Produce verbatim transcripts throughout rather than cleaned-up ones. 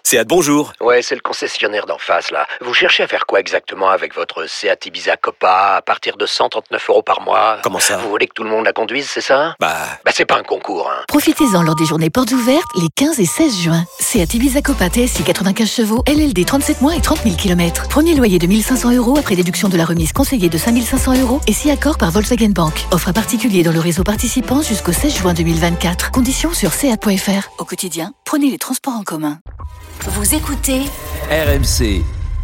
Seat, bonjour. Ouais, c'est le concessionnaire d'en face, là. Vous cherchez à faire quoi exactement avec votre Seat Ibiza Copa à partir de cent trente-neuf euros par mois? Comment ça? Vous voulez que tout le monde la conduise, c'est ça? Bah... Bah c'est pas un concours, hein. Profitez-en lors des journées portes ouvertes les quinze et seize juin. Seat Ibiza Copa T S I quatre-vingt-quinze chevaux, L L D trente-sept mois et trente mille kilomètres. Premier loyer de mille cinq cents euros après déduction de la remise conseillée de cinq mille cinq cents euros et si accord par Volkswagen Bank. Offre à particulier dans le réseau participant jusqu'au seize juin deux mille vingt-quatre. Conditions sur seat point f r. Au quotidien, prenez les transports en commun. Vous écoutez R M C.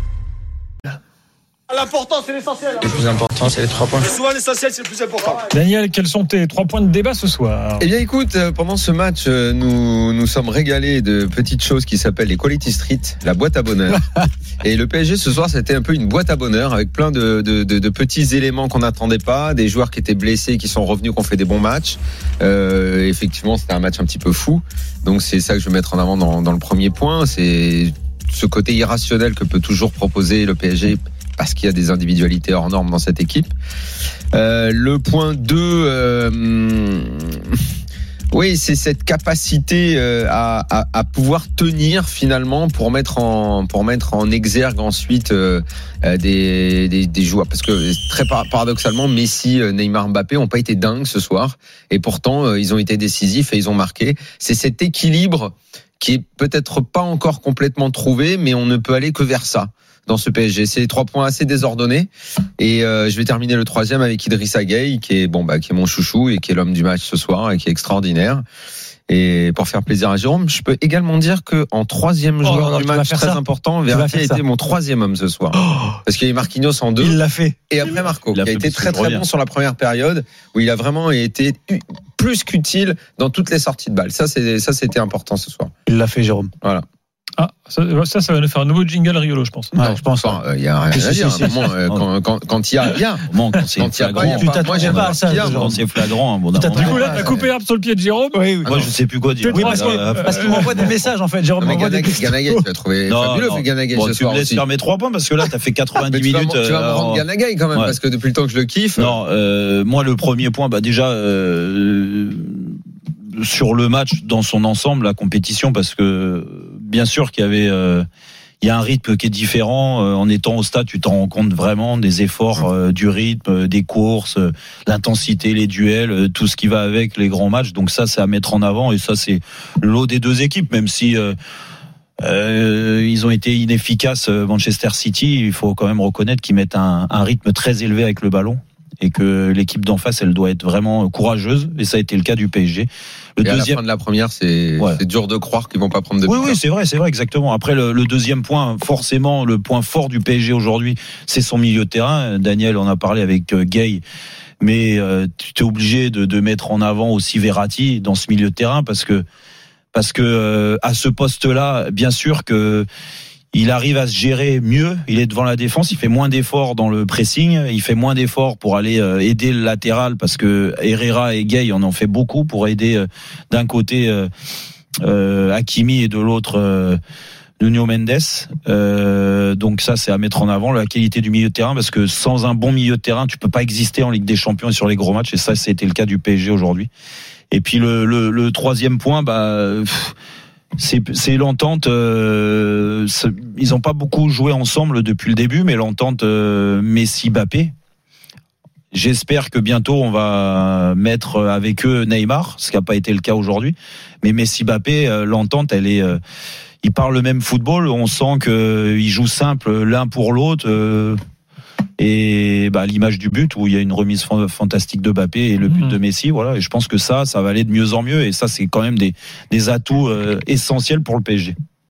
L'important, c'est l'essentiel. Le plus important, c'est les trois points. Souvent, l'essentiel, c'est le plus important. Daniel, quels sont tes trois points de débat ce soir? Eh bien, écoute, pendant ce match, nous nous sommes régalés de petites choses qui s'appellent les Quality Street, la boîte à bonheur. Et le P S G ce soir, c'était un peu une boîte à bonheur avec plein de, de, de, de petits éléments qu'on n'attendait pas, des joueurs qui étaient blessés, qui sont revenus, qui ont fait des bons matchs. Euh, effectivement, c'était un match un petit peu fou. Donc, c'est ça que je vais mettre en avant dans, dans le premier point. C'est ce côté irrationnel que peut toujours proposer le P S G, parce qu'il y a des individualités hors normes dans cette équipe. Euh, le point deux, euh, oui, c'est cette capacité euh, à, à, à pouvoir tenir finalement pour mettre en pour mettre en exergue ensuite euh, des, des des joueurs, parce que très paradoxalement, Messi, Neymar, Mbappé ont pas été dingues ce soir, et pourtant euh, ils ont été décisifs et ils ont marqué. C'est cet équilibre qui est peut-être pas encore complètement trouvé, mais on ne peut aller que vers ça dans ce P S G. C'est trois points assez désordonnés. Et euh, je vais terminer le troisième avec Idrissa Gueye, qui est bon bah qui est mon chouchou et qui est l'homme du match ce soir et qui est extraordinaire. Et pour faire plaisir à Jérôme, je peux également dire que en troisième joueur oh, non, non, du match très ça. important, Verratti a été mon troisième homme ce soir. Oh, parce qu'il y a eu Marquinhos en deux. Il l'a fait. Et après Marco, qui a été très très bon sur la première période, où il a vraiment été plus qu'utile dans toutes les sorties de balles. Ça, c'est ça, c'était important ce soir. Il l'a fait, Jérôme. Voilà. Ah, ça, ça, ça va nous faire un nouveau jingle Riolo, je pense. Ouais, non, je pense. Il enfin, y a rien à dire. Moment, euh, quand, quand, quand il y a rien. Bon, quand c'est flagrant. Moi, j'aime pas ça. Quand c'est flagrant, bon, du coup, là, t'as coupé l'arbre sur le pied de Jérôme. Oui, oui. Moi, je sais plus quoi dire. Oui, parce, euh, parce qu'il m'envoie des messages, en fait. Jérôme m'envoie des questions. Ganagay, tu as trouvé fabuleux, Ganagay, ce soir. Tu me laisses faire mes trois points, parce que là, t'as fait quatre-vingt-dix minutes. Tu vas me rendre Ganagay, quand même, parce que depuis le temps que je le kiffe. Non, moi, le premier point, bah, déjà, sur le match dans son ensemble, la compétition, parce que bien sûr qu'il y avait euh, il y a un rythme qui est différent. Euh, en étant au stade, tu t'en rends compte vraiment des efforts, euh, du rythme, euh, des courses, euh, l'intensité, les duels, euh, tout ce qui va avec les grands matchs. Donc ça, c'est à mettre en avant, et ça, c'est le lot des deux équipes, même si euh, euh, ils ont été inefficaces, Manchester City. Il faut quand même reconnaître qu'ils mettent un, un rythme très élevé avec le ballon, et que l'équipe d'en face, elle doit être vraiment courageuse, et ça a été le cas du P S G. Le et deuxième... à la fin de la première, c'est, ouais. c'est dur de croire qu'ils vont pas prendre de oui, buts. Oui, c'est vrai, c'est vrai, exactement. Après, le, le deuxième point, forcément, le point fort du P S G aujourd'hui, c'est son milieu de terrain. Daniel en a parlé avec euh, Gueye, mais euh, tu es obligé de, de mettre en avant aussi Verratti dans ce milieu de terrain, parce que parce que euh, à ce poste-là, bien sûr que il arrive à se gérer mieux, il est devant la défense, il fait moins d'efforts dans le pressing, il fait moins d'efforts pour aller aider le latéral, parce que Herrera et Gueye en ont fait beaucoup pour aider d'un côté euh, euh, Hakimi et de l'autre euh, Nuno Mendes. Euh, donc ça, c'est à mettre en avant, la qualité du milieu de terrain, parce que sans un bon milieu de terrain, tu peux pas exister en Ligue des Champions et sur les gros matchs, et ça, c'était le cas du P S G aujourd'hui. Et puis le, le, le troisième point, bah... Pff, C'est, c'est l'entente. Euh, c'est, ils n'ont pas beaucoup joué ensemble depuis le début, mais l'entente euh, Messi-Mbappé. J'espère que bientôt on va mettre avec eux Neymar, ce qui n'a pas été le cas aujourd'hui. Mais Messi-Mbappé, euh, l'entente, elle est. Euh, ils parlent le même football. On sent qu'ils jouent simple l'un pour l'autre. Euh, Et bah, l'image du but où il y a une remise fantastique de Mbappé et le but mmh. de Messi, voilà. Et je pense que ça, ça va aller de mieux en mieux, et ça, c'est quand même des, des atouts euh, essentiels pour le P S G.